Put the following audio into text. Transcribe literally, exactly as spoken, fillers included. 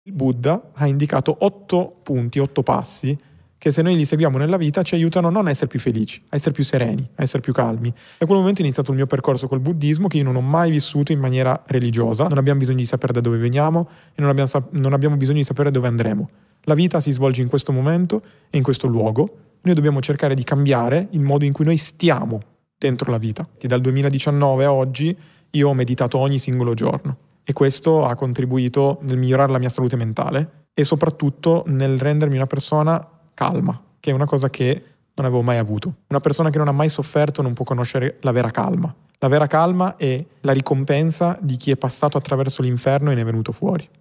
Il Buddha ha indicato otto punti, otto passi che se noi li seguiamo nella vita ci aiutano non a essere più felici, a essere più sereni, a essere più calmi. Da quel momento è iniziato il mio percorso col buddismo, che io non ho mai vissuto in maniera religiosa. Non abbiamo bisogno di sapere da dove veniamo e non abbiamo, non abbiamo bisogno di sapere dove andremo. La vita si svolge in questo momento e in questo luogo. Noi dobbiamo cercare di cambiare il modo in cui noi stiamo dentro la vita. Dal duemiladiciannove a oggi io ho meditato ogni singolo giorno e questo ha contribuito nel migliorare la mia salute mentale e soprattutto nel rendermi una persona calma, che è una cosa che non avevo mai avuto. Una persona che non ha mai sofferto non può conoscere la vera calma. La vera calma è la ricompensa di chi è passato attraverso l'inferno e ne è venuto fuori.